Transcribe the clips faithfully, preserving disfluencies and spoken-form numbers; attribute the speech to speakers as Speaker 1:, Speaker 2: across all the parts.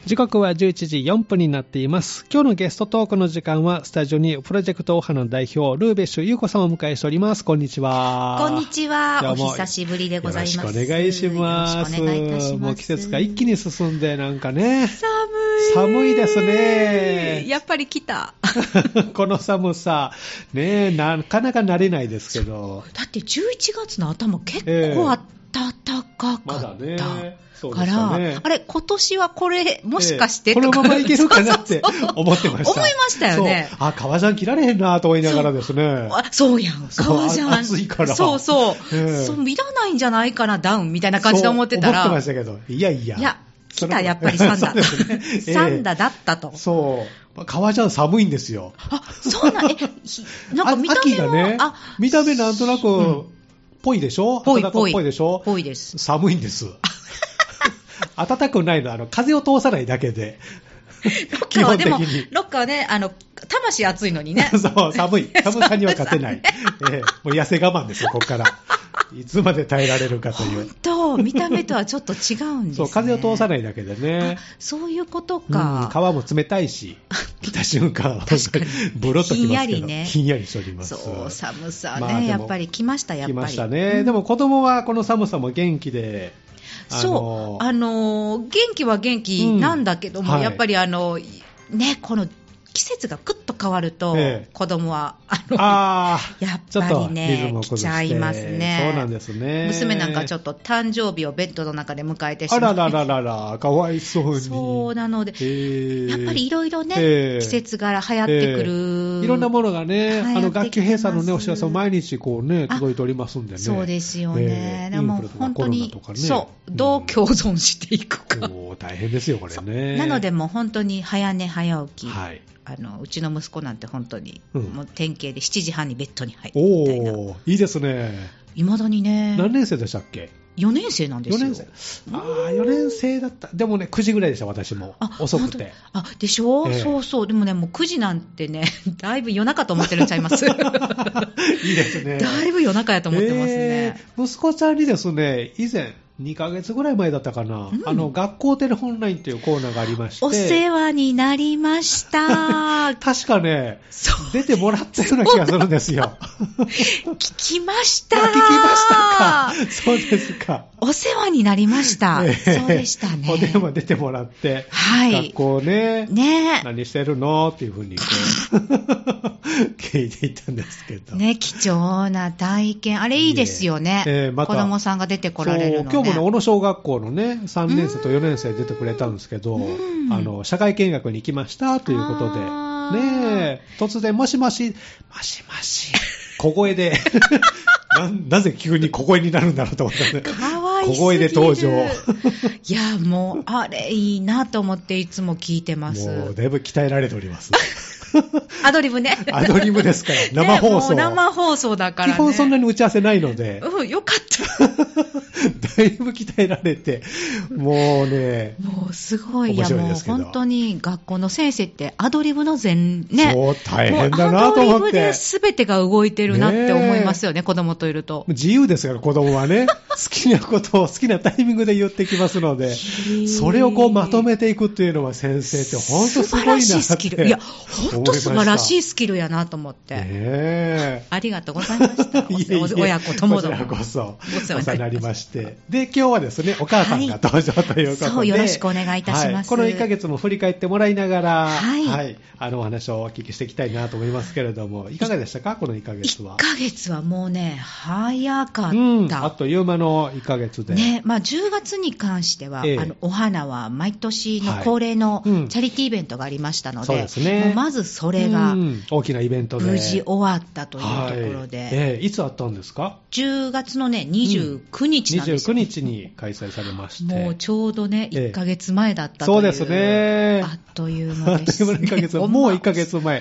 Speaker 1: 時刻はじゅういちじよんぷんになっています。今日のゲストトークの時間はスタジオにプロジェクトお花の代表ルーベッシュ優子さんをお迎えしております。こんにちは。
Speaker 2: こんにちは。お久しぶりでございます。
Speaker 1: よろしくお願いします。
Speaker 2: よろしくお願いいたします。
Speaker 1: もう季節が一気に進んでなんかね、
Speaker 2: 寒い
Speaker 1: 寒いですね。
Speaker 2: やっぱり来た
Speaker 1: この寒さね、なかなか慣れないですけど、
Speaker 2: だってじゅういちがつの頭結構あ暖かかった、
Speaker 1: まだね、そうで
Speaker 2: か
Speaker 1: した
Speaker 2: ら、
Speaker 1: ね。
Speaker 2: あれ今年はこれもしかして、
Speaker 1: ええ、このままいけるかなって思ってました。
Speaker 2: 思いましたよね。
Speaker 1: そう、あ、革ジャン着られへんなと思いながらですね。
Speaker 2: そう、あ、そうやん、革ジャン
Speaker 1: 暑いから。
Speaker 2: そうそう、
Speaker 1: ええ、
Speaker 2: そういらないんじゃないかなダウンみたいな感じで思ってたら、
Speaker 1: 思ってましたけど、いやいや、
Speaker 2: いや来た、やっぱりサンダ、ね、ええ、サンダだったと。
Speaker 1: そう、革ジャン寒いんですよ。
Speaker 2: あ、そうなん、え、なんか見た目も、
Speaker 1: ね、あ、見た目なんとなく、うん、ぽいでしょ、
Speaker 2: ぽいぽい
Speaker 1: ぽいでしょ、
Speaker 2: ぽいです。
Speaker 1: 寒いんです。暖かくないのはあの風を通さないだけで。
Speaker 2: ロッカーはでも、ロッカーはね、あの、魂熱いのにね。
Speaker 1: そう、寒い。寒さには勝てない。ええ、もう痩せ我慢ですよ、ここから。いつまで耐えられるかという。
Speaker 2: 本当、見た目とはちょっと違うんですね。
Speaker 1: そう、風を通さないだけでね。
Speaker 2: そういうことか。
Speaker 1: うん、皮も冷たいし、来た瞬間、
Speaker 2: 確かに
Speaker 1: ブロッときますけど、
Speaker 2: ひんやりね。
Speaker 1: ひんやりしております。
Speaker 2: そう、寒さね、
Speaker 1: まあ、
Speaker 2: やっぱり来ました、やっぱり。
Speaker 1: 来ましたね。うん、でも子供はこの寒さも元気で、
Speaker 2: そう、あのー、元気は元気なんだけども、うん、はい、やっぱりあの、ね、この季節がぐっと変わると、ええ、子供はあの
Speaker 1: あ
Speaker 2: やっぱりね、来ちゃいますね。
Speaker 1: そうなんですね。
Speaker 2: 娘なんかちょっと誕生日をベッドの中で迎えてしまって、
Speaker 1: あららららら、かわいそうに。
Speaker 2: そうなので、やっぱりいろいろね、
Speaker 1: えー、
Speaker 2: 季節柄流行ってくる、え
Speaker 1: ー、いろんなものがね、あの学級閉鎖の、ね、お知らせを毎日こう、ね、届いておりますんでね。
Speaker 2: そうですよね。えー、でも本当に、
Speaker 1: ね、
Speaker 2: そう、どう共存していくか。
Speaker 1: もう大変ですよ、これね。
Speaker 2: なのでもう本当に早寝早起き。
Speaker 1: はい、
Speaker 2: あのうちの息子なんて本当に、うん、もう典型でしちじはんにベッドに入ってみたいな。
Speaker 1: おー、いいですね。
Speaker 2: 未だにね。
Speaker 1: 何年生でしたっけ？
Speaker 2: よねん生なんですよ。
Speaker 1: よねん生。ああ、よねん生だった。でもね、くじぐらいでした、私も。遅くて。
Speaker 2: あ、でしょ、えー、そうそう。でもね、もうくじなんてね、だいぶ夜中と思ってるんちゃいます。い
Speaker 1: いですね。
Speaker 2: だいぶ夜中やと思ってますね。
Speaker 1: えー、息子ちゃんにですね、以前、にかげつぐらい前だったかな、うん、あの学校テレホンラインというコーナーがありまして、
Speaker 2: お世話になりました。
Speaker 1: 確かね、出てもらったような気がするんですよ。
Speaker 2: 聞きました。
Speaker 1: 聞きましたか。そうですか。
Speaker 2: お世話になりました。えー、そうでしたね。
Speaker 1: お電話出てもらって、はい、学校ね、ね、何してるのっていうふうにこう聞いていたんですけど。
Speaker 2: ね、貴重な体験。あれいいですよね。えーま、子供さんが出てこられるのね。
Speaker 1: 今日もね、小野小学校のね、さんねん生とよねん生出てくれたんですけど、あの、社会見学に行きましたということで、ね、突然、もしもし、もしもし、小声で、な, なぜ急に小声になるんだろうと思ったんで、
Speaker 2: かわいすぎる。
Speaker 1: 小声で登場。
Speaker 2: いや、もう、あれいいなと思っていつも聞いてます。
Speaker 1: もう、だいぶ鍛えられております。
Speaker 2: アドリブね。
Speaker 1: アドリブですから、生放送。
Speaker 2: ね、生放送だからね。
Speaker 1: 基本そんなに打ち合わせないので。
Speaker 2: うん、よかった。
Speaker 1: だいぶ鍛えられて、もうね。
Speaker 2: もうすごい。いや、もう本当に学校の先生ってアドリブの全、ね。
Speaker 1: そう、大変だなと思って。アドリブで
Speaker 2: 全てが動いてるなって思いますよね、子供といると。
Speaker 1: 自由ですから、子供はね。好きなことを好きなタイミングで言ってきますので、それをこうまとめていくっていうのは先生って本当すごいなって。
Speaker 2: 素晴らしいスキル。いや、本当素晴らしいスキルやなと思って。
Speaker 1: ね、
Speaker 2: ありがとうございました。いえいえ、親子ともども。
Speaker 1: こちらこそお世話になりまして。で、今日はですね、お母さんが登場ということで、はい、
Speaker 2: そう、よろしくお願いいたします。はい、
Speaker 1: このいっかげつも振り返ってもらいながら、はい、はい、あのお話をお聞きしていきたいなと思いますけれども、いかがでしたか、このいっかげつは。
Speaker 2: いっかげつはもうね、早かった。
Speaker 1: うん、あっという間のいっかげつで。
Speaker 2: ね、まあ、じゅうがつに関しては、ええ、あのお花は毎年の恒例のチャリティーイベントがありましたので、はい、うん、そうですね、もうまずそれが、うん、
Speaker 1: 大きなイベントで
Speaker 2: 無事終わったというところで、
Speaker 1: はい、えー、いつあったんですか？
Speaker 2: じゅうがつのね、にじゅうくにちなんですよ、
Speaker 1: うん、にじゅうくにちに開催されまして、
Speaker 2: もうちょうどね、いっかげつまえだったという、
Speaker 1: そうですね、
Speaker 2: あっという間ですね。
Speaker 1: あっという間のいっかげつ、もういっかげつまえ、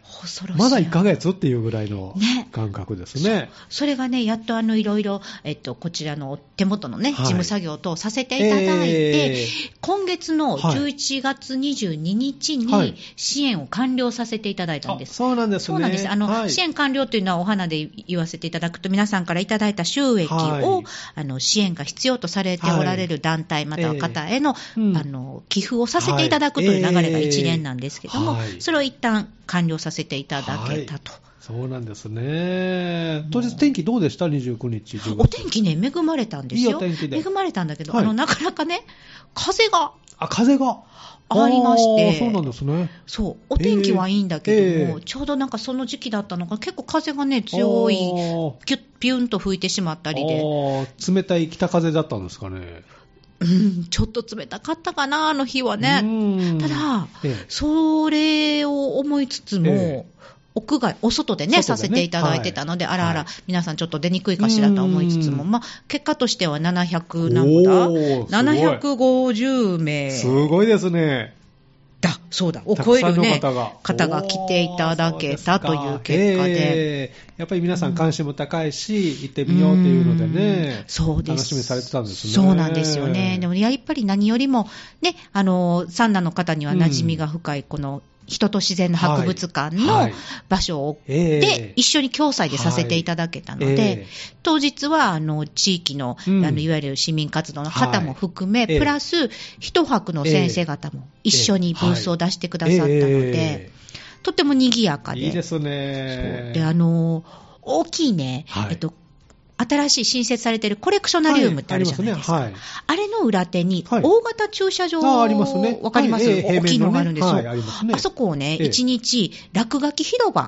Speaker 2: 恐ろしい。
Speaker 1: まだいっかげつっていうぐらいの感覚ですね。
Speaker 2: ね、そ, それがね、やっとあのいろいろ、えっと、こちらの手元のね、はい、事務作業等させていただいて、えー、今月のじゅういちがつにじゅうににちに支援を完了させていただいたんです。
Speaker 1: はい、そうなんですね。
Speaker 2: そうなんです。あの、はい、支援完了というのはお花で言わせていただくと、皆さんからいただいた収益を、はい、あの支援が必要とされておられる団体、または方への、えーうん、あの寄付をさせていただくという流れが一連なんですけども、はい、それを一旦完了させていただけたと。はい、
Speaker 1: そうなんですね。当日天気どうでした？にじゅうくにち。
Speaker 2: お天気ね、恵まれたんですよ。いいお天気で。恵まれたんだけど、はい、あのなかなかね、風が。
Speaker 1: あ、風が。
Speaker 2: ありまして。
Speaker 1: そうなんですね。
Speaker 2: そう。お天気はいいんだけども、えーえー、ちょうどなんかその時期だったのか、結構風がね、強い、ピュッ、ピュンと吹いてしまったりで。
Speaker 1: 冷たい北風だったんですかね。
Speaker 2: うん、ちょっと冷たかったかな、あの日はね。ただ、ええ、それを思いつつも、え、屋外、お外でね、させていただいてたので、はい、あらあら、はい、皆さんちょっと出にくいかしらと思いつつも、まあ、結果としてはななひゃく何個だ ?ななひゃくごじゅうめい。
Speaker 1: すごいですね。
Speaker 2: だ、そうだ、を超える、ね、方が、方が来ていただけたという結果で、
Speaker 1: えー、やっぱり皆さん関心も高いし、うん、行ってみようというのでね、
Speaker 2: そうです、
Speaker 1: 楽しみにされてたんですね。
Speaker 2: そうなんですよね。でもやっぱり何よりも、ね、あのサンナの方には馴染みが深いこの、うん、人と自然の博物館の場所で一緒に共催でさせていただけたので、はいはいえー、当日はあの地域 の,、うん、あのいわゆる市民活動の方も含め、はい、プラス一泊の先生方も一緒にブースを出してくださったので、えー、とても賑やかで、
Speaker 1: いいですね。
Speaker 2: であの大きいね、はい、えっと新しい新設されているコレクショナリウムってあるじゃないですか。はい、あ, すねはい、あれの裏手に大型駐車場、はい、ありますね。わかります、はい、大きいのがあるんですよ。はい、ありますね。あそこをね、一、ええ、日落書き広場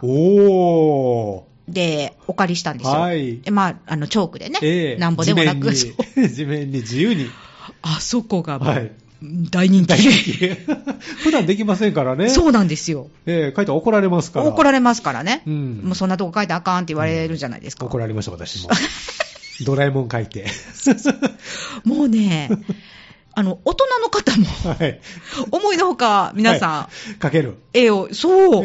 Speaker 2: でお借りしたんですよ。はい、まあ、あのチョークでね、ええ、なんぼでもなく
Speaker 1: 地面に、地面に自由に。
Speaker 2: あそこがもう、はい、大人気。大人気
Speaker 1: 普段できませんからね。
Speaker 2: そうなんですよ。
Speaker 1: えー、書いたら怒られますから。
Speaker 2: 怒られますからね。うん、もうそんなとこ書いてあかんって言われるじゃないですか。
Speaker 1: うん、怒られました、私も。ドラえもん書いて。
Speaker 2: もうね、あの、大人の方も、はい、思いのほか皆さん、はい、
Speaker 1: 描ける。
Speaker 2: 絵を、そう、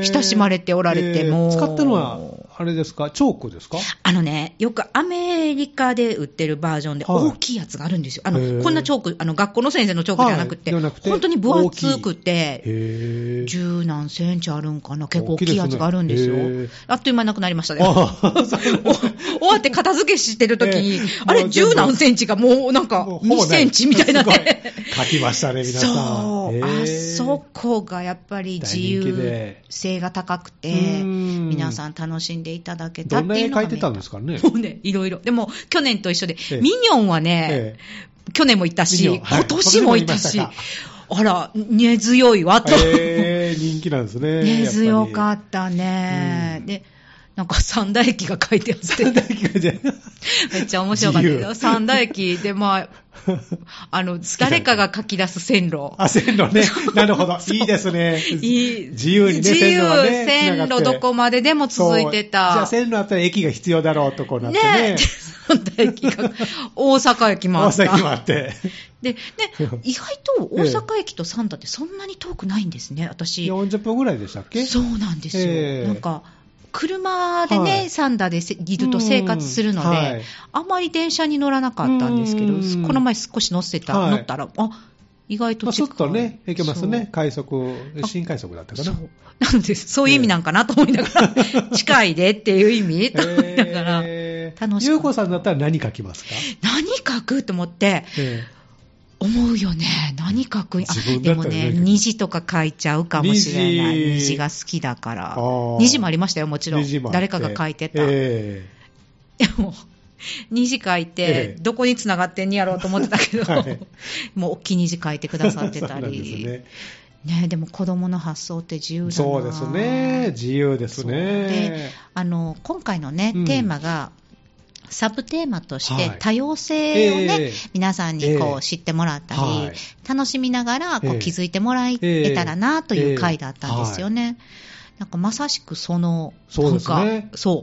Speaker 2: 親しまれておられて、もう。
Speaker 1: 使ったのは、あれですか、チョークですか？
Speaker 2: あのね、よくアメリカで売ってるバージョンで大きいやつがあるんですよ。あの、こんなチョーク、あの、学校の先生のチョークじゃなくて、はい、本当に分厚くて、十何センチあるんかな、結構大きいやつがあるんですよ。あっという間なくなりましたね。終わって片付けしてるときに、あれ、十何センチがもうなんかにセンチみたいなね。
Speaker 1: 書きましたね、皆さん。
Speaker 2: そう、あそこがやっぱり自由性が高くて、皆さん楽しんでいただけたっていうのが、ね、
Speaker 1: どんな絵描いてたんですかね。
Speaker 2: もうね、いろいろ。でも、去年と一緒で、ええ、ミニョンはね、ええ、去年も行ったし、はい、今年も行ったし、あら、根強いわと。
Speaker 1: えー、人気なんですね。
Speaker 2: 根強かったね。うん、で、なんか三田駅が書いてあって。
Speaker 1: 三田駅が書いてある。
Speaker 2: めっちゃ面白かったよ。三田駅で、まあ、あの、誰かが書き出す線路。
Speaker 1: あ、線路ね。なるほど。いいですね。いい。自由にね、
Speaker 2: 自由、線路はね、線路どこまででも続いてた。
Speaker 1: じゃあ線路あったら駅が必要だろうとこうなってね。ね。
Speaker 2: 三田駅が、大阪駅もあった。
Speaker 1: 大阪駅もあって。
Speaker 2: で、ね、意外と大阪駅と三田ってそんなに遠くないんですね、私。
Speaker 1: よんじゅっぷんぐらいでしたっけ？
Speaker 2: そうなんですよ。えー、なんか、車でね、はい、三田でいると生活するので、はい、あまり電車に乗らなかったんですけど、この前少し乗せた、はい、乗ったら、あ、意外と近い。
Speaker 1: ちょっとね、行けますね。快速、新快速だったかな。そう。
Speaker 2: なので、そういう意味なんかなと思いながら、えー、近いでっていう意味と思いながら、
Speaker 1: えー、楽しい。ゆうこさんだったら何書きますか？
Speaker 2: 何書くと思って、えー思うよね。何書く？あ、でもね、虹とか書いちゃうかもしれない。虹, 虹が好きだから。虹もありましたよ、もちろん。誰かが書いてた。えー、でも、虹書いて、えー、どこに繋がってんやろうと思ってたけど、はい、もう大きい虹書いてくださってたり。ね, ねでも子供の発想って自由だな。
Speaker 1: そうですね。自由ですね。
Speaker 2: で、あの、今回のね、うん、テーマが、サブテーマとして多様性をね、はいえー、皆さんにこう知ってもらったり、えーはい、楽しみながらこう気づいてもらえたらなという回だったんですよね。えーえーはい、なんかまさしくその、
Speaker 1: そうですね。
Speaker 2: そう。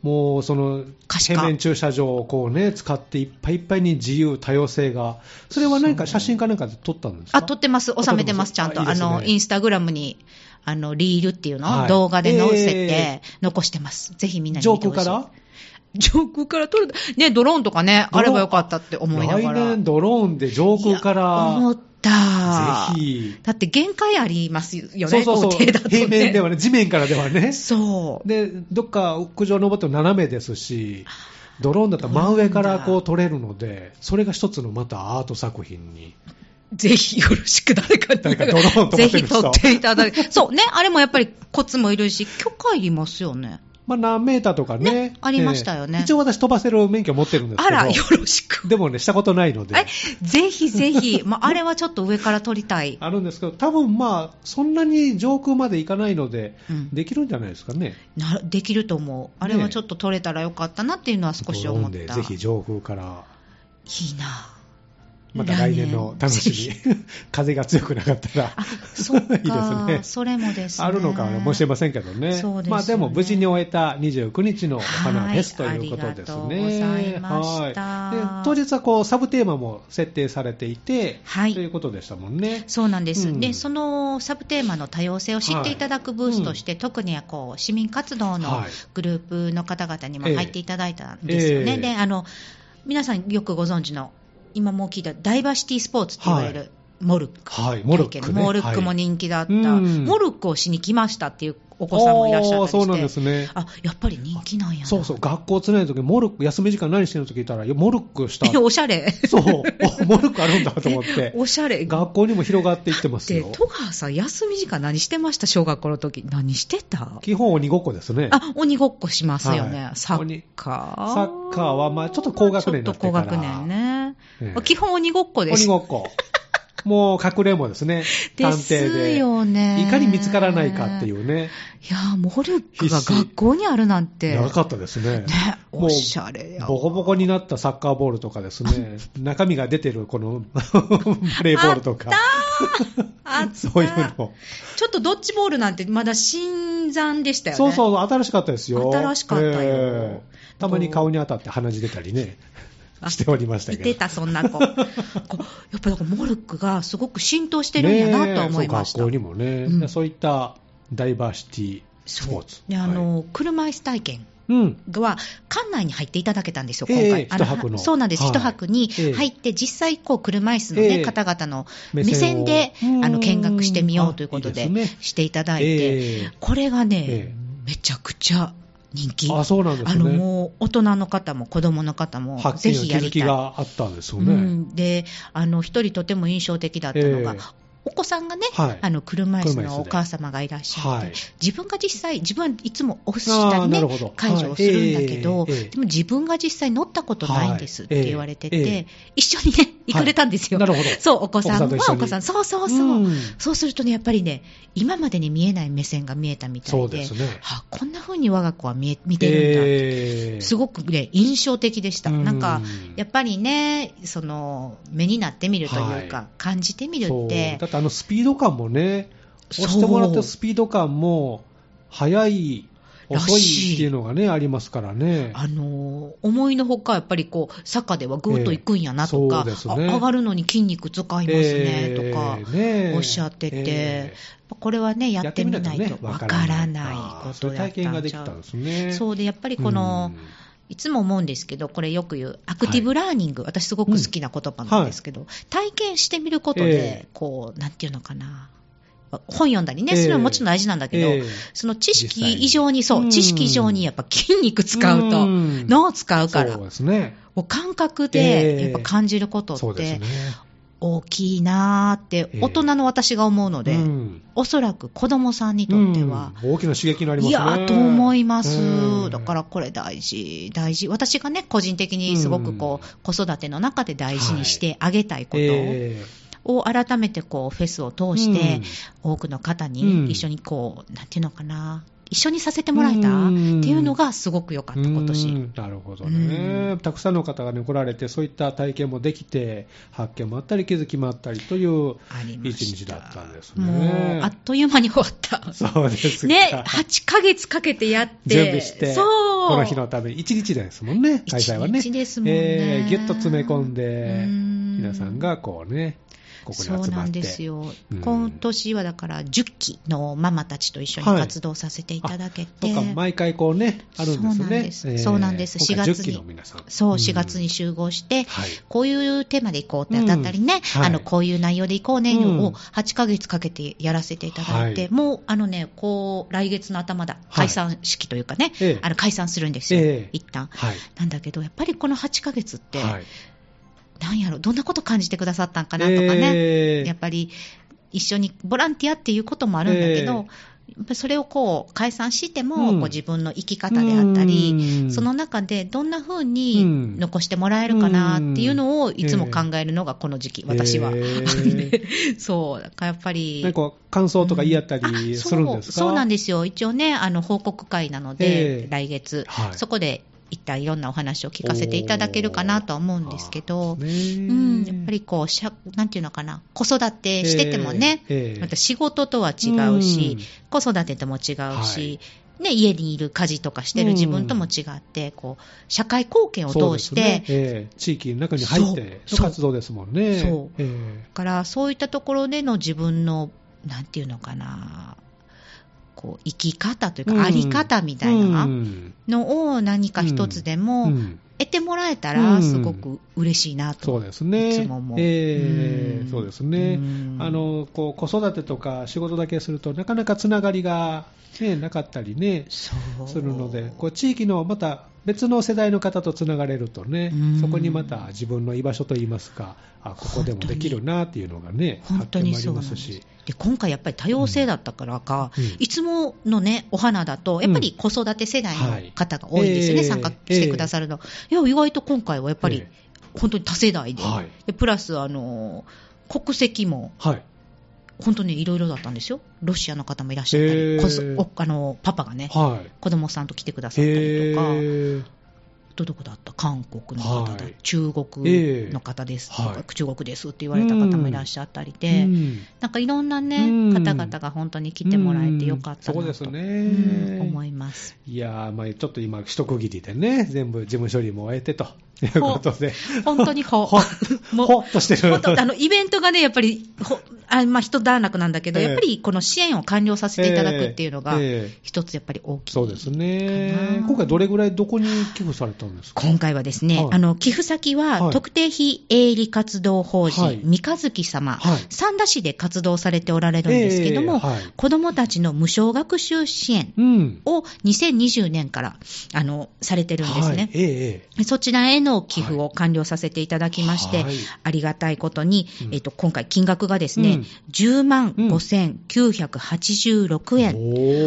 Speaker 1: もうその平面駐車場をこう、ね、使っていっぱいいっぱいに自由多様性が、それは何か写真かなんかで撮ったんですか？
Speaker 2: あ、撮ってます、収めてます、ちゃんと。あ、いいですね、あのインスタグラムにあのリールっていうのを、はい、動画で載せて残してます、えー、ぜひみんなに見てほしい。上空から上空から撮るね、ドローンとかねあればよかったって思いながら、
Speaker 1: 来年ドローンで上空から
Speaker 2: 思った
Speaker 1: ぜひ。
Speaker 2: だって限界ありますよね、
Speaker 1: そうそうそう、
Speaker 2: 校庭だとね、
Speaker 1: 平面ではね、地面からではね、
Speaker 2: そう
Speaker 1: でどっか屋上登っても斜めですし、ドローンだったら真上からこう撮れるので、それが一つのまたアート作品に。
Speaker 2: ぜひよろしく誰かに
Speaker 1: 誰かドローン撮ってる人
Speaker 2: ぜひ撮っていただいて、そうね、あれもやっぱりコツもいるし許可いりますよね。
Speaker 1: まあ、何メーターとか ね,
Speaker 2: ねありましたよね、
Speaker 1: えー、一応私飛ばせる免許持ってるんですけど、
Speaker 2: あらよろしく。
Speaker 1: でもねしたことないので、
Speaker 2: ぜひぜひ、まあ、あれはちょっと上から撮りたい
Speaker 1: あるんですけど、多分まあそんなに上空まで行かないので、うん、できるんじゃないですかね。
Speaker 2: なできると思う。あれはちょっと撮れたらよかったなっていうのは少し思った。
Speaker 1: ドローンでぜひ上空から。
Speaker 2: いいな。
Speaker 1: また来年の楽しみ風が強くなかったら
Speaker 2: あそうかいい
Speaker 1: ですね。
Speaker 2: それもですね、
Speaker 1: あるのかもしれませんけど ね,
Speaker 2: そうですね、
Speaker 1: まあ、でも無事に終えたにじゅうくにちのお花フェスということですね。
Speaker 2: ありがとうございました、
Speaker 1: はい、で当日はこうサブテーマも設定されていて、はい、ということでしたもんね。
Speaker 2: そうなんです、うん、でそのサブテーマの多様性を知っていただくブースとして、はい、うん、特にこう市民活動のグループの方々にも入っていただいたんですよね、えーえー、であの皆さんよくご存知の今もう聞いたダイバーシティスポーツって言われる、はい、モルック、
Speaker 1: はい、モルック、ね、
Speaker 2: モルックも人気だった、
Speaker 1: はい、
Speaker 2: モルックをしに来ましたっていうお子さんもいらっしゃったりして、
Speaker 1: そうなんですね。
Speaker 2: あ、やっぱり人気なんやな。
Speaker 1: そうそう、学校つない時モルック休み時間何してるのと聞いたら、いやモルックした
Speaker 2: おしゃれ。
Speaker 1: そうモルックあるんだと思って
Speaker 2: おしゃれ。
Speaker 1: 学校にも広がっていってますよ。
Speaker 2: で戸川さん休み時間何してました？小学校の時何してた？
Speaker 1: 基本鬼ごっこですね。
Speaker 2: あ、鬼ごっこしますよね、はい、サッカー
Speaker 1: サッカーはまあちょっと高学年になってから、
Speaker 2: ちょっと高学年ね、
Speaker 1: ええ、
Speaker 2: 基本鬼ごっこです。
Speaker 1: 鬼ごっこもう隠れもですね、探偵で
Speaker 2: ですよね、
Speaker 1: いかに見つからないかっていうね。
Speaker 2: いやモルックが学校にあるなんて
Speaker 1: なかったです ね, ね
Speaker 2: おしゃれやわ。
Speaker 1: ボコボコになったサッカーボールとかですね中身が出てるこのバレーボールとか
Speaker 2: あった
Speaker 1: そういうの
Speaker 2: ちょっとドッジボールなんてまだ新参でしたよね。
Speaker 1: そうそう新しかったですよ。
Speaker 2: 新しかったよ、
Speaker 1: えー、たまに顔に当たって鼻血出たりねしておりましたけど。
Speaker 2: いてたそんな子こうやっぱりモルックがすごく浸透してるんやなと思いました。
Speaker 1: そう学校にもね、うん、そういったダイバーシティスポーツ
Speaker 2: であの、はい、車椅子体験は館内に入っていただけたんですよ、今回、
Speaker 1: えー、一泊の
Speaker 2: そうなんです、はい、一泊に入って、えー、実際こう車椅子の、ねえー、方々の目線であの見学してみようということで、いいですね、していただいて、えー、これがね、えー、めちゃくちゃ人気。
Speaker 1: あ、そうなんですね。
Speaker 2: あのもう大人の方も子供の方もぜひやりたい。
Speaker 1: 発見や気づきがあったんですよね。うん、
Speaker 2: で、あの一人とても印象的だったのが、えーお子さんがね、はい、あの車椅子のお母様がいらっしゃって、はい、自分が実際、自分はいつも押したりね、介助をするんだけど、はいえーえー、でも自分が実際乗ったことないんですって言われてて、はいえー、一緒にね、行かれたんですよ。
Speaker 1: はい、なるほど。
Speaker 2: そう、お子さんはお子さん、そうそうそう、うん。そうするとね、やっぱりね、今までに見えない目線が見えたみたいで、
Speaker 1: そうですね。
Speaker 2: はこんな風に我が子は 見, え見てるんだ、えー、すごくね、印象的でした。なんか、やっぱりね、その、目になってみるというか、はい、感じてみるって。
Speaker 1: だってあのスピード感もね、押してもらってスピード感も速い遅いっていうのがねありますからね。
Speaker 2: あの思いのほかやっぱりこう坂ではぐーっと行くんやなとか、えーね、上がるのに筋肉使いますね、えー、とか、ね、おっしゃってて、えー、これはねやってみないとわからないことやったんちゃう。そういう体験ができたんですね。そうでやっぱりこの、うん、いつも思うんですけど、これよく言うアクティブラーニング、はい、私すごく好きな言葉なんですけど、うんはい、体験してみることで、えー、こうなんていうのかな、本読んだりね、それはもちろん大事なんだけど、えー、その知識以上に、そう、知識以上にやっぱ筋肉使うと、脳を使うから、
Speaker 1: そうですね、
Speaker 2: もう感覚でやっぱ感じることって、大きいなーって大人の私が思うので、えーうん、おそらく子供さんにとっては、
Speaker 1: うん、大きな刺激になりますね。
Speaker 2: いやと思います、えー、だからこれ大事大事、私がね個人的にすごくこう、うん、子育ての中で大事にしてあげたいこと、はい、えーを改めてこうフェスを通して、うん、多くの方に一緒にこう、うん、なんていうのかな、一緒にさせてもらえたっていうのがすごごく良かった、今年。
Speaker 1: なるほどね、たくさんの方が、ね、来られて、そういった体験もできて、発見もあったり気づきもあったりという一日だったんですね。
Speaker 2: もうあっという間に終わった。
Speaker 1: そうですか、
Speaker 2: ね、はちかげつかけてやって
Speaker 1: 準備して、
Speaker 2: そ
Speaker 1: この日のためにいちにちですもんね、開催はね。
Speaker 2: いちにちですもんね。
Speaker 1: えー、ギュッと詰め込んで、皆さんがこうね、ここに集まって。
Speaker 2: そうなんですよ、
Speaker 1: うん、
Speaker 2: 今年はだからじゅっきのママたちと一緒に活動させていただけて、
Speaker 1: はい、そうか、毎回こうね、あるんですね。
Speaker 2: そうなんです、そうなんです。しがつに、そう、しがつに集合して、うん、こういうテーマでいこうって当たったりね、うん、はい、あのこういう内容でいこうねをはちかげつかけてやらせていただいて、はい、もうあのね、こう来月の頭だ、解散式というかね、はい、あの解散するんですよ、ええ、一旦、はい、なんだけど、やっぱりこのはちかげつって、はい、なんやろ、どんなこと感じてくださったんかなとかね、えー、やっぱり一緒にボランティアっていうこともあるんだけど、えー、やっぱそれをこう解散しても、うん、こう自分の生き方であったり、その中でどんな風に残してもらえるかなっていうのをいつも考えるのがこの時期、えー、私は、えー、そうだからやっぱり
Speaker 1: なんか感想とか言い合ったりするんですか？
Speaker 2: そう、そうなんですよ。一応ね、あの報告会なので、えー、来月、はい、そこでいったいろんなお話を聞かせていただけるかなとは思うんですけど、うん、やっぱりこうしゃ、なんていうのかな、子育てしててもね、えーえー、また仕事とは違うし、うん、子育てとも違うし、はいね、家にいる家事とかしてる自分とも違って、うん、こう社会貢献を通して、ね
Speaker 1: えー、地域の中に入っての活動ですもんね。
Speaker 2: そう、えー、だからそういったところでの自分のなんていうのかな、こう生き方というか、あり方みたいなのを何か一つでも得てもらえたらすごく嬉しいなと、
Speaker 1: そうですね、
Speaker 2: いつも思う、
Speaker 1: えー、そうですね、あのこう子育てとか仕事だけするとなかなかつながりが、ね、なかったりねするので、こう地域のまた別の世代の方とつながれるとね、そこにまた自分の居場所といいますか、あここでもできるなっていうのがね、
Speaker 2: 本当にそうなんです。で今回やっぱり多様性だったからか、うん、いつものねお花だとやっぱり子育て世代の方が多いんですよね、うん、参加してくださるの、えー、いや意外と今回はやっぱり本当に多世代で、はい、でプラスあの国籍も、はい、本当にいろいろだったんですよ。ロシアの方もいらっしゃったり、えー、あのパパがね、はい、子供さんと来てくださったりとか、えーどこだった韓国の方だ、はい、中国の方ですとか、えーはい、中国ですって言われた方もいらっしゃったりで、うん、なんかいろんな、ね、うん、方々が本当に来てもらえてよかったなと、うん、そうですね、うん、思います。
Speaker 1: いや、まあ、ちょっと今一区切りでね、全部事務処理も終えてということで
Speaker 2: 本当にほ
Speaker 1: ほほっとしてる。
Speaker 2: 本当あのイベントがねやっぱりほあ、まあ、一段落なんだけど、えー、やっぱりこの支援を完了させていただくっていうのが、えー、一つやっぱり大きい、
Speaker 1: そうですね。今回どれぐらいどこに寄付されたんですか？
Speaker 2: 今回はですね、はい、あの寄付先は、はい、特定非営利活動法人、はい、三日月様、はい、三田市で活動されておられるんですけども、えーはい、子どもたちの無償学習支援をにせんにじゅうねんからあのされてるんですね、はいえー、そちらへの寄付を完了させていただきまして、はい、ありがたいことに、えーと、今回金額がですね、うん、じゅうまんごせんきゅうひゃくはちじゅうろくえん、
Speaker 1: うん、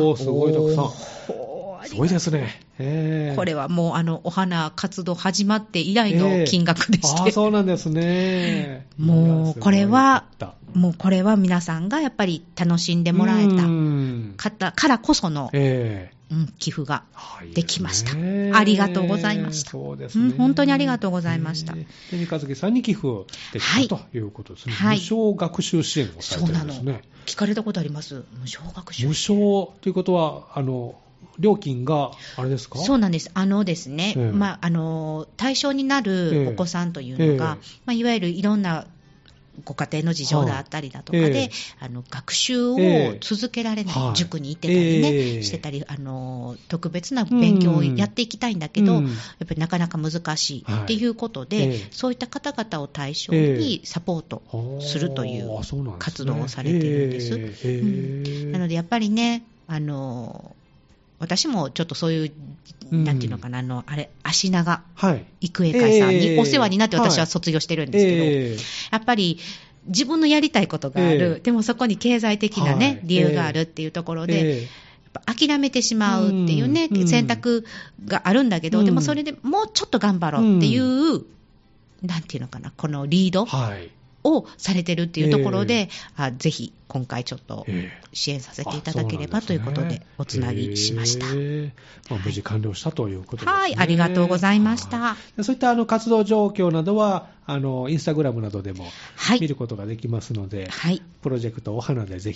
Speaker 1: おーすごいたくさん、すごいですね。えー、
Speaker 2: これはもうあのお花活動始まって以来の金額でして、
Speaker 1: えー、あそうなんですね。
Speaker 2: もうこれはもうこれは皆さんがやっぱり楽しんでもらえた方からこその、えーうん、寄付ができました、ね、ありがとうございました。そうですね、うん、本当にありがとうございました。
Speaker 1: で三日月さんに寄付できた、はい、ということですね、はい、無償学習支援をされてるんですね。そうなの、
Speaker 2: 聞かれたことあります？無償学習
Speaker 1: 無償ということはあの料金があれですか？
Speaker 2: そうなんです。あのですね、えーまあ、あの対象になるお子さんというのが、えーまあ、いわゆるいろんなご家庭の事情があったりだとかで、えー、あの学習を続けられない、えー、塾に行ってたりね、えー、してたり、あの特別な勉強をやっていきたいんだけど、うん、やっぱりなかなか難しいっていうことで、はい、そういった方々を対象にサポートするという活動をされているんです。えーえーうん、なのでやっぱりね、あの私もちょっとそういう、うん、なんていうのかな、あのあれ足長育英会さんにお世話になって私は卒業してるんですけど、はいえー、やっぱり自分のやりたいことがある、えー、でもそこに経済的な、ねはい、理由があるっていうところで、えー、やっぱ諦めてしまうっていうね、うん、選択があるんだけど、うん、でもそれでもうちょっと頑張ろうっていう、うん、なんていうのかな、このリード、はいをされてるっていうところで、えー、あぜひ今回ちょっと支援させていただければということでおつなぎしました。えー
Speaker 1: まあ、無事完了したということですね。
Speaker 2: はい、ありがとうございました。
Speaker 1: そういったあの活動状況などはあのインスタグラムなどでも見ることができますので、はい、プロジェクトお花でぜひ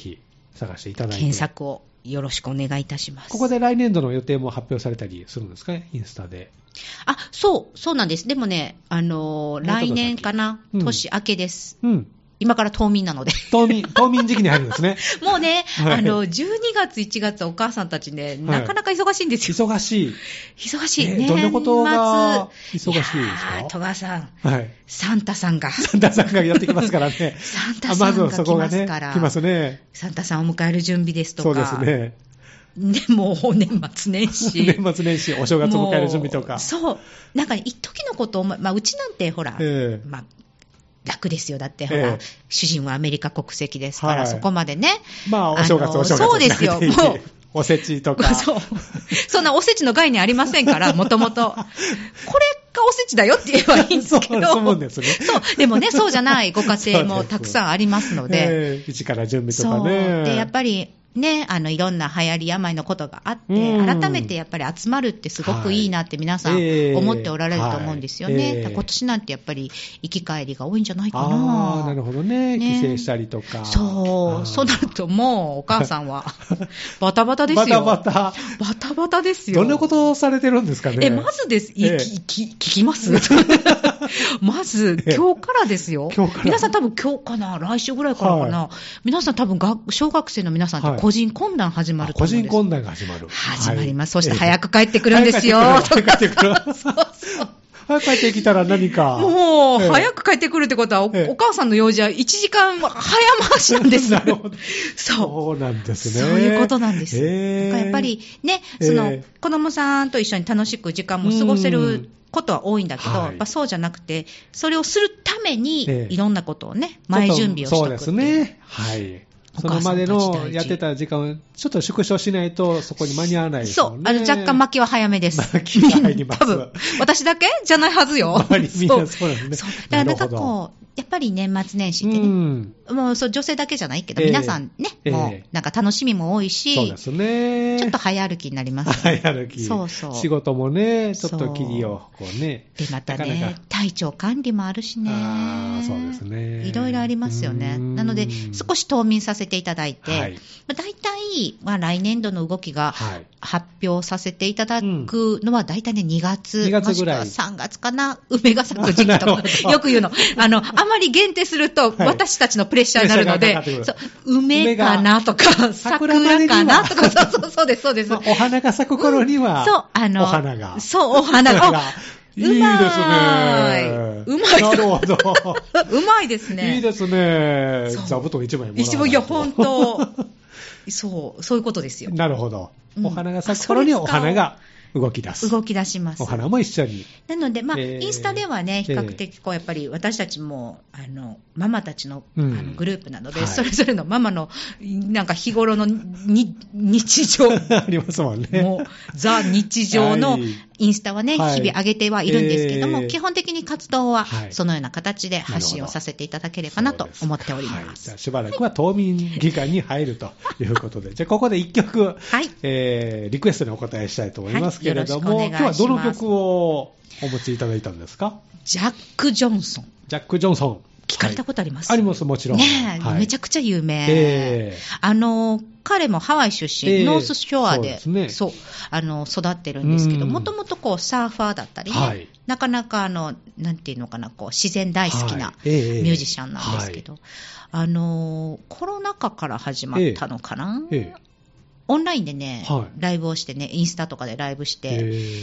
Speaker 1: 探していただいて。
Speaker 2: 検索をよろしくお願いいたします。
Speaker 1: ここで来年度の予定も発表されたりするんですか、インスタで。
Speaker 2: あ、そう、そうなんです。でもね、あのー、来年かな、うん、年明けです。うん。今から冬眠なので。
Speaker 1: 冬眠、冬眠時期に入るんですね。
Speaker 2: もうね、はい、あの、じゅうにがつ、いちがつお母さんたちね、なかなか忙しいんですよ。
Speaker 1: 忙しい。
Speaker 2: 忙しい。
Speaker 1: えー、どんなことが忙しいですか？
Speaker 2: 戸川さん、
Speaker 1: はい。
Speaker 2: サンタさんが。
Speaker 1: サンタさんがやってきますからね。
Speaker 2: サンタさんが来ますから。
Speaker 1: ね、来ますね。
Speaker 2: サンタさんを迎える準備ですとか。
Speaker 1: そうですね。
Speaker 2: でもう年末年始。
Speaker 1: 年末年始、お正月を迎える準備とか。
Speaker 2: そう。なんか、一時のことを、まあ、うちなんてほら、えー、まあ、楽ですよ。だって、ほら、ええ、主人はアメリカ国籍ですから、はい、そこまでね。
Speaker 1: まあ、お正月、お正月。
Speaker 2: そうですよ。もう。
Speaker 1: おせちとか。
Speaker 2: そう。そんなおせちの概念ありませんから、もともと。これがおせちだよって言えばいいんですけど。
Speaker 1: そう思うんですね。
Speaker 2: そう。でもね、そうじゃないご家庭もたくさんありますので。
Speaker 1: えー、一から準備とかね。
Speaker 2: そう。で、やっぱり、ね、あのいろんな流行り病のことがあって、改めてやっぱり集まるってすごくいいなって皆さん思っておられると思うんですよね。はいえー、今年なんてやっぱり行き帰りが多いんじゃないかな。
Speaker 1: あなるほどね。ね、帰省したりとか。
Speaker 2: そう、そうなるともうお母さんはバタバタですよ。
Speaker 1: バタバタ。
Speaker 2: バタバタですよ。
Speaker 1: どんなことをされてるんですかね。
Speaker 2: え、まずです。えー、聞き、聞きますまず、今日からですよ。今日から。皆さん多分今日かな、来週ぐらいからかな。はい、皆さん多分学、小学生の皆さんって個人懇談始まると思うんです。
Speaker 1: 個人懇談が始まる。
Speaker 2: 始まります。はい、そして早く帰ってくるんですよ。
Speaker 1: 早く帰ってくる。そうそう。早く帰ってきたら何か。
Speaker 2: もう、ええ、早く帰ってくるってことは、お、ええ、お母さんの用事はいちじかん早回しなんです。
Speaker 1: なるほど。
Speaker 2: そう。
Speaker 1: そうなんですね。
Speaker 2: そういうことなんです。えー、やっぱりね、その、えー、子供さんと一緒に楽しく時間も過ごせることは多いんだけど、はい、やっぱそうじゃなくて、それをするために、いろんなことをね、前準備をしておくっていう。
Speaker 1: そうですね。はい。そのまでのやってた時間をちょっと縮小しないとそこに間に合わないですもんね。
Speaker 2: そう。あの若干巻きは早めです。
Speaker 1: 巻きは入ります。
Speaker 2: 多分。私だけじゃないはずよ。
Speaker 1: 周りみんなそうなんですね。
Speaker 2: そう。だからなんかこう、やっぱり年末年始ってね、うん、もうそう女性だけじゃないけど、えー、皆さんね、えー、もうなんか楽しみも多いし、
Speaker 1: そうですね。
Speaker 2: ちょっと早歩きになります、
Speaker 1: ね。早歩き。
Speaker 2: そうそう。
Speaker 1: 仕事もね、ちょっと切りをこうね。
Speaker 2: で、またね、なかなか体調管理もあるしね。
Speaker 1: ああ、そうですね。
Speaker 2: いろいろありますよね。なので、少し冬眠させていただいて、はい、まあ、大体、まあ、来年度の動きが発表させていただくのは大体ね、にがつ、
Speaker 1: にがつぐらい。
Speaker 2: もしくはさんがつかな、梅が咲く時期とか、よく言うの。あの、あまり限定すると、私たちのプレッシャーになるので、はい、そう梅かなとか、桜かなとか、そうそうそうです、そうです。まあ、
Speaker 1: お花が咲く頃には、うん、そう、あの、お花が。
Speaker 2: そう、お花が。
Speaker 1: いいですね。う
Speaker 2: まい。
Speaker 1: なるほど。
Speaker 2: うまいですね。
Speaker 1: いいですね。座布団一枚もらう。
Speaker 2: 一枚、いや、ほんと。そう、そういうことですよ。
Speaker 1: なるほど。お花が咲く頃にお花が動き出す。
Speaker 2: 動き出します。
Speaker 1: お花も一緒に。
Speaker 2: なので、まあ、えー、インスタではね、比較的こう、やっぱり私たちも、あの、ママたちの、うん、あのグループなので、はい、それぞれのママの、なんか日頃のに日常。
Speaker 1: ありますもんね。
Speaker 2: もう、ザ日常のインスタはね、はい、日々上げてはいるんですけども、えー、基本的に活動は、そのような形で発信をさせていただければなと思っております。
Speaker 1: はい、じゃあしばらくは冬眠期間に入るということで、じゃあここで一曲、はい、えー、リクエストにお答えしたいと思いますけれども、はい、今日はどの曲をお持ちいただいたんですか？
Speaker 2: ジャック・ジョンソン。
Speaker 1: ジャック・ジョンソン。
Speaker 2: 聞かれたことあります？
Speaker 1: はい、あります、もちろん。
Speaker 2: ねえ、はい、めちゃくちゃ有名。えー、あの、彼もハワイ出身、えー、ノースショアで、そうですね、そう、あの、育ってるんですけど、もともとこう、サーファーだったりね、はい、なかなかあの、なんていうのかな、こう、自然大好きなミュージシャンなんですけど、はいえーはい、あの、コロナ禍から始まったのかな、えーえーオンラインでね、はい、ライブをしてね、インスタとかでライブして、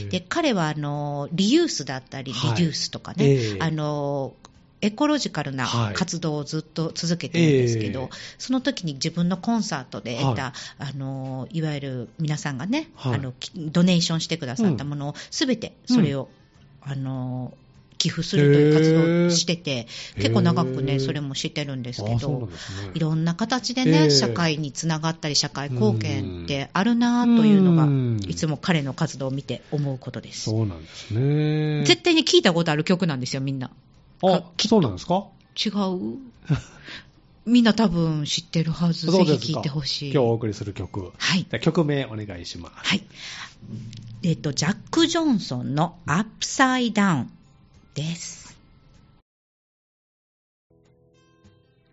Speaker 2: で、彼はあの、リユースだったり、リデュースとかね、はいえー、あの、エコロジカルな活動をずっと続けてるんですけど、はいえー、その時に自分のコンサートで得た、はい、あの、いわゆる皆さんがね、はい、あの、ドネーションしてくださったものをすべてそれを、うん、あの、寄付するという活動をしてて、結構長くね、それもしてるんですけど、ね、いろんな形でね、社会につながったり、社会貢献ってあるなというのが、いつも彼の活動を見て思うことです。
Speaker 1: そうなんですね。
Speaker 2: 絶対に聞いたことある曲なんですよ、みんな。
Speaker 1: あ、そうなんですか？
Speaker 2: 違うみんな多分知ってるはず。ぜひ聴いてほしい。
Speaker 1: 今日お送りする曲。はい。曲名お願いします。
Speaker 2: はい。えっと、ジャック・ジョンソンのアップサイダウンです。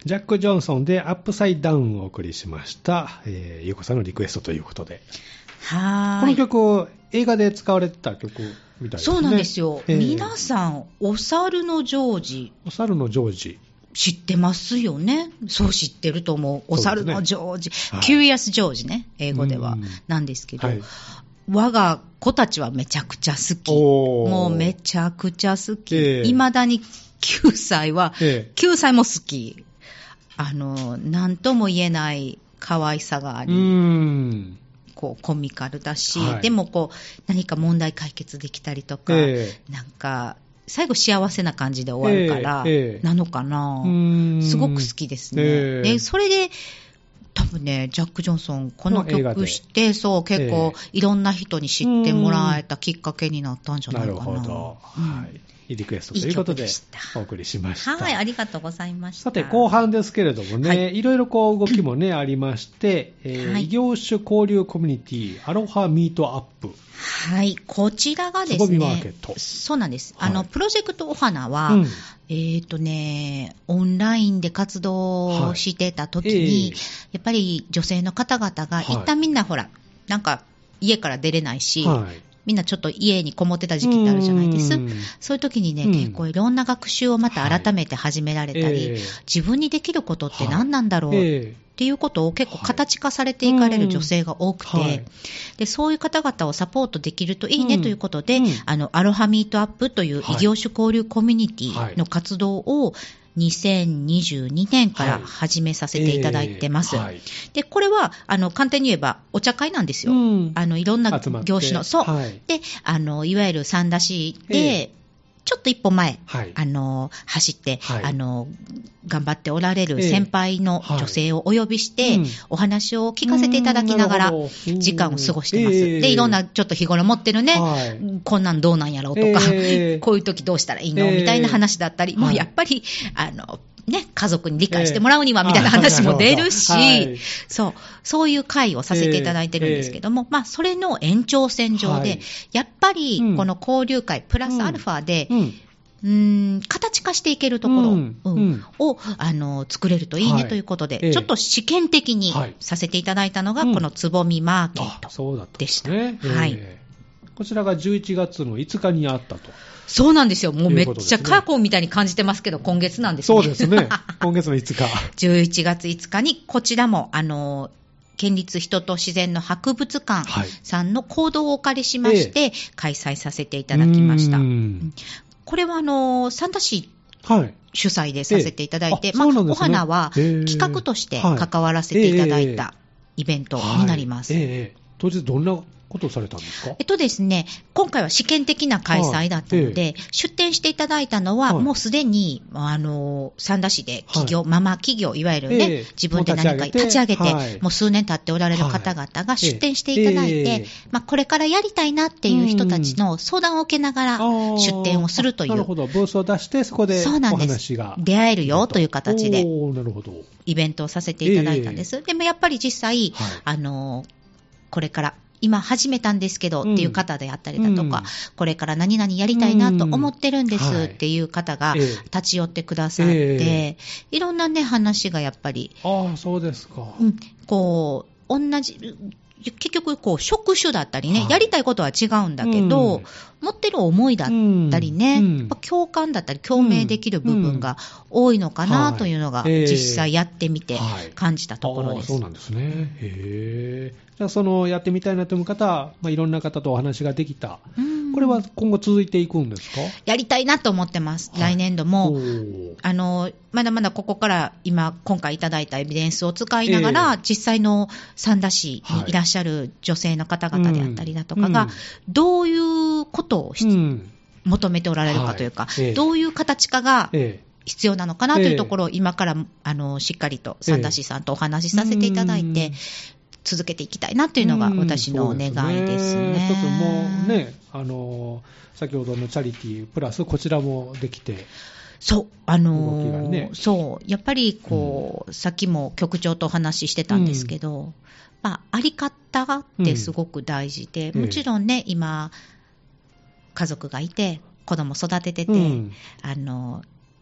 Speaker 1: ジャック・ジョンソンでアップサイドダウンをお送りしました、えー、ゆうこさんのリクエストということで。
Speaker 2: はーい。
Speaker 1: この曲、映画で使われてた曲みたいですね。
Speaker 2: そうなんですよ。
Speaker 1: えー、
Speaker 2: 皆さん、お猿のジョージ。
Speaker 1: お猿のジョージ。
Speaker 2: 知ってますよね。そう知ってると思う。お猿のジョージ。
Speaker 1: はい、
Speaker 2: キュリアスジョージね。英語では。なんですけど、はい、我が子たちはめちゃくちゃ好き。もうめちゃくちゃ好き。えー、未だにきゅうさいは、えー、きゅうさいも好き。あの、なんとも言えない可愛さがあり。うーん、こうコミカルだし、はい、でもこう何か問題解決できたりとか、えー、なんか最後幸せな感じで終わるから、えー、なのかな、えー、すごく好きですね、えー、でそれで多分ねジャック・ジョンソンこの曲してそう結構、えー、いろんな人に知ってもらえたきっかけになったんじゃないかな。なるほど、うん、はい、リクエストということでお送りしました。はい、ありがとうございました。さて後半ですけれどもね、はい、いろいろこう動きもねありまして、えーはい、異業種交流コミュニティアロハミートアップ。はい、こちらがですね、つぼみマーケット。そうなんです。はい、あのプロジェクトお花は、うん、えっとねオンラインで活動してた時に、はい、えー、やっぱり女性の方々が、はい、一旦みんなほらなんか家から出れないし。はい、みんなちょっと家にこもってた時期ってあるじゃないです。そういう時にね、うん、結構いろんな学習をまた改めて始められたり、はい、えー、自分にできることって何なんだろう、はい、っていうことを結構形化されていかれる女性が多くて、はい、でそういう方々をサポートできるといいねということで、うん、あのアロハミートアップという異業種交流コミュニティの活動を、はい、にせんにじゅうにねんから始めさせていただいてます。はい、えーはい、で、これは、あの、簡単に言えば、お茶会なんですよ。うん、あの、いろんな業種の、そう、はい。で、あの、いわゆる三田市で、えーちょっと一歩前、はい、あの走って、はい、あの頑張っておられる先輩の女性をお呼びして、えーはい、お話を聞かせていただきながら時間を過ごしてます。えー、でいろんなちょっと日頃持ってるね、はい、こんなんどうなんやろうとか、えー、こういう時どうしたらいいの、えー、みたいな話だったり、もうやっぱりあのね、家族に理解してもらうにはみたいな話も出るし、えーはい、そう、そういう会をさせていただいてるんですけども、えーえー、まあ、それの延長線上で、はい、やっぱり、この交流会、プラスアルファで、うんうんうーん形化していけるところ、うんうん、をあの作れるといいね、はい、ということで、えー、ちょっと試験的にさせていただいたのが、はい、このつぼみマーケットでした。うんねえーはい、
Speaker 1: こちらがじゅういちがつのいつかにあったと。
Speaker 2: そうなんですよ。もうめっちゃ過去みたいに感じてますけど、今月なんですね。
Speaker 1: そうですね。今月のいつか。
Speaker 2: じゅういちがついつかに、こちらも、あの、県立人と自然の博物館さんの講堂をお借りしまして、開催させていただきました。えー、これは、あの、三田市、はい、主催でさせていただいて、えーあね、まあ、お花は企画として関わらせていただいたイベントになります。
Speaker 1: はいえーえー、当日どんなことをされたんですか？
Speaker 2: えっとですね、今回は試験的な開催だったので、はいええ、出展していただいたのは、はい、もうすでにあの三田市で企業、はい、ママ企業いわゆるね、ええ、自分で何か立ち上げて、はい、もう数年経っておられる方々が出展していただいて、はいえまあ、これからやりたいなっていう人たちの相談を受けながら出展をするという。
Speaker 1: なるほど、ブースを出してそこでお話が
Speaker 2: 出会えるよという形でイベントをさせていただいたんです。ええ、でもやっぱり実際、はい、あのこれから今始めたんですけどっていう方であったりだとか、うん、これから何々やりたいなと思ってるんですっていう方が立ち寄ってくださって、えーえー、いろんなね話がやっぱり、
Speaker 1: ああそうですか、
Speaker 2: うん、こう同じ結局こう職種だったりね、はい、やりたいことは違うんだけど、うん、持ってる思いだったりね、うん、共感だったり共鳴できる部分が多いのかなというのが実際やってみて感じたところです。
Speaker 1: はい、そうなんですね。へー、じゃあそのやってみたいなという方は、まあ、いろんな方とお話ができた、うん、これは今後続いていくんですか？
Speaker 2: やりたいなと思ってます、はい、来年度もあのまだまだここから今今回いただいたエビデンスを使いながら、えー、実際の三田市にいらっしゃる女性の方々であったりだとかが、はい、どういうことを、うん、求めておられるかというか、はいえー、どういう形化が、えー必要なのかなというところを今からあのしっかりと三田市さんとお話しさせていただいて、続けていきたいなというのが私の願いですね。
Speaker 1: 一つもうね、あの先ほどのチャリティープラスこちらもできて、
Speaker 2: そうあのーね、そうやっぱりこう、うん、さっきも局長とお話ししてたんですけど、うんまあ、あり方ってすごく大事で、うん、もちろんね今家族がいて子供育ててて、うん、あの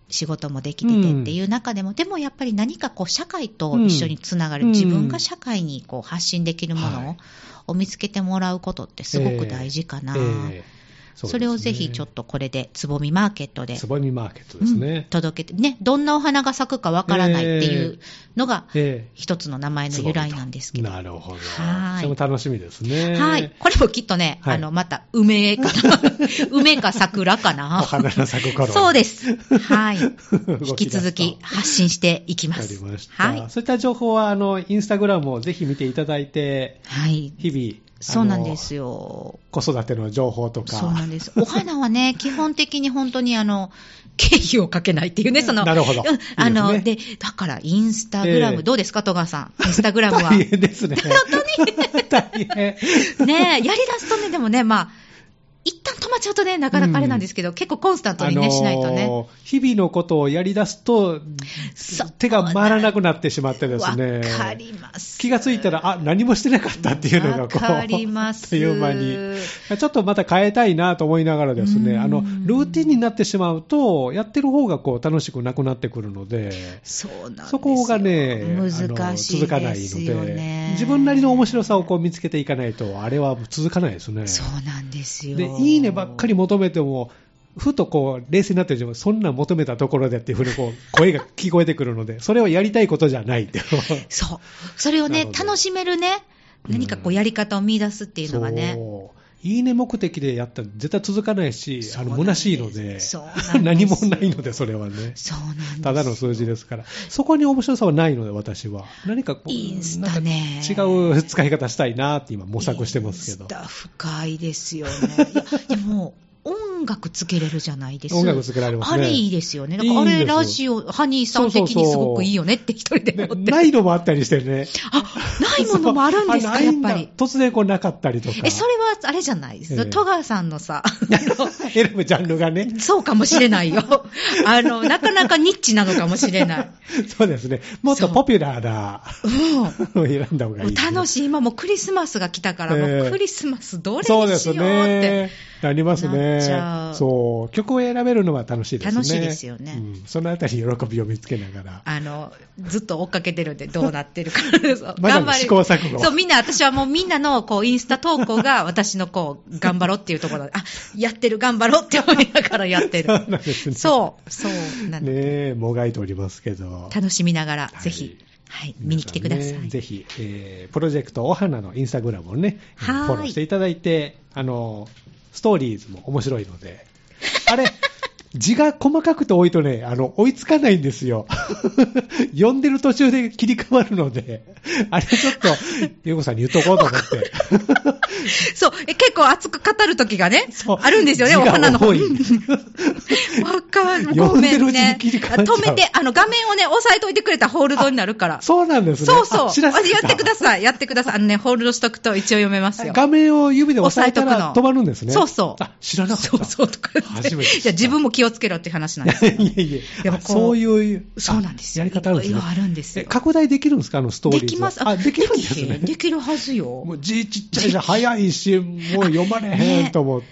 Speaker 2: 仕事もできててっていう中でも、うん、でもやっぱり何かこう社会と一緒につながる、うん、自分が社会にこう発信できるものを見つけてもらうことってすごく大事かな、えーえーそ, ね、それをぜひちょっとこれでつぼみマーケットで
Speaker 1: つぼみマーケットですね、
Speaker 2: うん、届けてね、どんなお花が咲くかわからないっていうのが一つの名前の由来なんですけど、
Speaker 1: えーえー、なるほど、はい、それも楽しみですね。
Speaker 2: はい、これもきっとね、はい、あのまた梅かな梅か桜かな
Speaker 1: お花の咲く頃
Speaker 2: そうです、はい、引き続き発信していきます。
Speaker 1: わかりました、はい、そういった情報はあのインスタグラムをぜひ見ていただいて、
Speaker 2: はい、
Speaker 1: 日々
Speaker 2: そうなんですよ。
Speaker 1: 子育ての情報とか。
Speaker 2: そうなんです。お花はね、基本的に本当にあの、経費をかけないっていうね、その、
Speaker 1: なるほど。
Speaker 2: あの、
Speaker 1: いいですね、
Speaker 2: で、だからインスタグラム、えー、どうですか、戸川さん。インスタグラムは。
Speaker 1: 大変ですね。
Speaker 2: 本当に
Speaker 1: 大変。
Speaker 2: ねえ、やり出すとね、でもね、まあ、一旦止まっちゃうとね、なかなかあれなんですけど、うん、結構コンスタントにね、あのー、しないとね。
Speaker 1: 日々のことをやり出すと、手が回らなくなってしまってですね。
Speaker 2: わかります。
Speaker 1: 気がついたら、あ、何もしてなかったっていうのがこう、
Speaker 2: わかります。
Speaker 1: あっという間に。ちょっとまた変えたいなと思いながらですね、あの、ルーティンになってしまうと、やってる方がこう、楽しくなくなってくるので、
Speaker 2: そうなんですよ。
Speaker 1: そこがね、
Speaker 2: 難しいですよね。
Speaker 1: 続かないので、自分なりの面白さをこう見つけていかないと、あれは続かないですね。
Speaker 2: そうなんですよ。
Speaker 1: で、いいねばっかり求めても、ふとこう冷静になってる自分、そんな求めたところでっていうふうにこう声が聞こえてくるので、それはやりたいことじゃないって。
Speaker 2: そう。それをね、楽しめるね、何かこうやり方を見出すっていうのがね。
Speaker 1: そういいね目的でやったら絶対続かないし、あの虚しいので、
Speaker 2: そう
Speaker 1: 何もないので、それはね。
Speaker 2: そうなんです。
Speaker 1: ただの数字ですから。そこに面白さはないので、私は。何かこう、
Speaker 2: インスタね、
Speaker 1: 違う使い方したいなって今模索してますけど。
Speaker 2: インスタ深いですよね。いや、でも、音楽つけれるじゃないですか。
Speaker 1: 音楽つけられますね。
Speaker 2: あれいいですよね。だからあれラジオ、ハニーさん的にすごくいいよねって一人で思って。
Speaker 1: ないのもあったりしてね。
Speaker 2: あ、ないものもあるんですか、やっぱり。
Speaker 1: 突然こうなかったりとか。
Speaker 2: え、それはあれじゃないですか。戸川さんのさ、
Speaker 1: 選ぶジャンルがね。
Speaker 2: そうかもしれないよ。あの、なかなかニッチなのかもしれない。
Speaker 1: そうですね。もっとポピュラーな、うん、選んだ方がいい。
Speaker 2: 楽しい。今もうクリスマスが来たから、もうクリスマスどれにしようって。
Speaker 1: そうですね。なりますね。そう。曲を選べるのは楽しいですね。
Speaker 2: 楽しいですよね。
Speaker 1: うん、そのあたり喜びを見つけながら。
Speaker 2: あの、ずっと追っかけてるんでどうなってるか。
Speaker 1: まだ試行錯誤。
Speaker 2: そう、みんな、私はもうみんなのこうインスタ投稿が私のこう、頑張ろうっていうところで、あ、やってる、頑張ろうって思いながらやってる。
Speaker 1: そうなんですね。
Speaker 2: そう、そうなんです。
Speaker 1: ねえ、もがいておりますけど。
Speaker 2: 楽しみながら、はい、ぜひ。はい、見に来てください。
Speaker 1: ね、ぜひ、えー、プロジェクトお花のインスタグラムをね、フォローしていただいて、あの、ストーリーズも面白いので、あれ、字が細かくて多いとね、あの、追いつかないんですよ。読んでる途中で切り替わるので、あれちょっと、ゆうこさんに言っとこうと思って。
Speaker 2: そう、え結構熱く語るときがね、あるんですよね、お花の方。わかる。ごめんね。止めて、あの、画面をね、押さえといてくれたらホールドになるから。
Speaker 1: そうなんですね。
Speaker 2: そうそう。やってください。やってください。あのね、ホールドしとくと一応読めますよ。
Speaker 1: 画面を指で押さえたら止まるんですね。
Speaker 2: そうそう。
Speaker 1: あ、知らなかった。
Speaker 2: そうそうとか。
Speaker 1: 初めて。
Speaker 2: いや、自分も気をつけろっていう話なんですよ。
Speaker 1: いやいや、そういう、
Speaker 2: そうなんですよ。
Speaker 1: やり方あるんですね。
Speaker 2: あるんですよ。
Speaker 1: 拡大できるんですか、あのストーリーズ。
Speaker 2: できます。
Speaker 1: あ、できるんですね。
Speaker 2: できるはずよ。
Speaker 1: もう字ちっちゃいし、早いし、もう読まれへんと思って。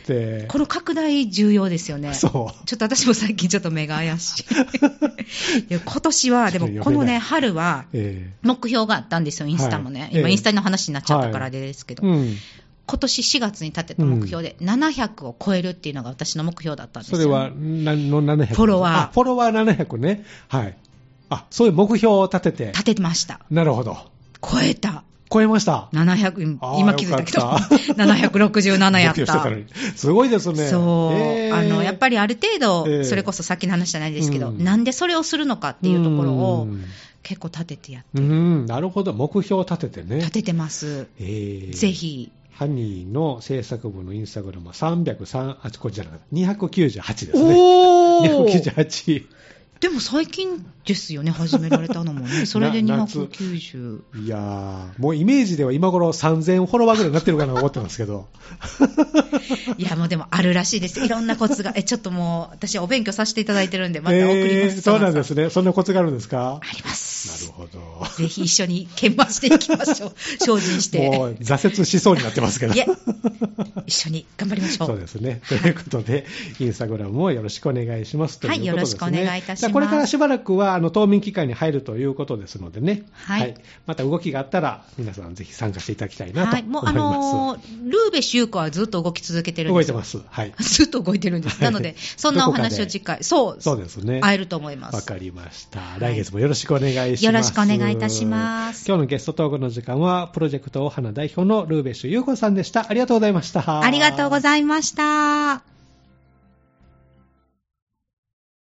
Speaker 2: この拡大重要ですよね。
Speaker 1: そう。
Speaker 2: ちょっと私も最近ちょっと目が怪しい。今年は、でもこのね、春は、目標があったんですよ、インスタもね。今、インスタの話になっちゃったからですけど。今年しがつに立てた目標で、ななひゃくを超えるっていうのが私の目標だったんですよ。
Speaker 1: それは何のななひゃく？
Speaker 2: フォロワー。
Speaker 1: あ、フォロワーななひゃくね。はい。あ、そういう目標を立てて。
Speaker 2: 立ててました。
Speaker 1: なるほど。
Speaker 2: 超えた。
Speaker 1: 超えました。
Speaker 2: ななひゃく、今気づいたけど、ななひゃくろくじゅうななやった。
Speaker 1: たすごいですね。
Speaker 2: そう、えー、あの、やっぱりある程度、えー、それこそさっきの話じゃないですけど、うん、なんでそれをするのかっていうところを、結構立ててやってる。
Speaker 1: うん、なるほど。目標を立ててね。
Speaker 2: 立ててます。えー、ぜひ。
Speaker 1: ハニーの制作部のインスタグラムはさんびゃくさん、あ、こっちじゃなかった。にひゃくきゅうじゅうはちですね。
Speaker 2: おー !にひゃく
Speaker 1: きゅうじゅうはち。
Speaker 2: でも最近ですよね、始められたのもね。それでにひゃくきゅうじゅう。
Speaker 1: いやー、もうイメージでは今頃さんぜんフォロワーぐらいになってるかなと思ってますけど。
Speaker 2: いや、もうでもあるらしいです。いろんなコツが。え、ちょっともう、私お勉強させていただいてるんで、また送ります。
Speaker 1: えー、そうなんですね。そんなコツがあるんですか？
Speaker 2: あります。
Speaker 1: なるほど。
Speaker 2: ぜひ一緒に研磨していきましょう。精進して。
Speaker 1: もう挫折しそうになってますけど。
Speaker 2: いえ、一緒に頑張りましょう。
Speaker 1: そうですね。ということで、インスタグラムもよろしくお願いします。ということですね。はい、よろしくお願いいたします。これからしばらくは、あの、冬眠期間に入るということですのでね。はい。はい、また動きがあったら、皆さんぜひ参加していただきたいなと思います。はい、もうあのー、
Speaker 2: ルーベシューコはずっと動き続けてるんですよ。
Speaker 1: 動いてます。はい。
Speaker 2: ずっと動いてるんです。なので、そんなお話を次回、そう。
Speaker 1: そうですね。
Speaker 2: 会えると思います。
Speaker 1: わかりました。来月もよろしくお願いします。
Speaker 2: よろしくお願いいたします。
Speaker 1: 今日のゲストトークの時間は、プロジェクトお花代表のルーベッシュ優子さんでした。ありがとうございました。
Speaker 2: ありがとうございました。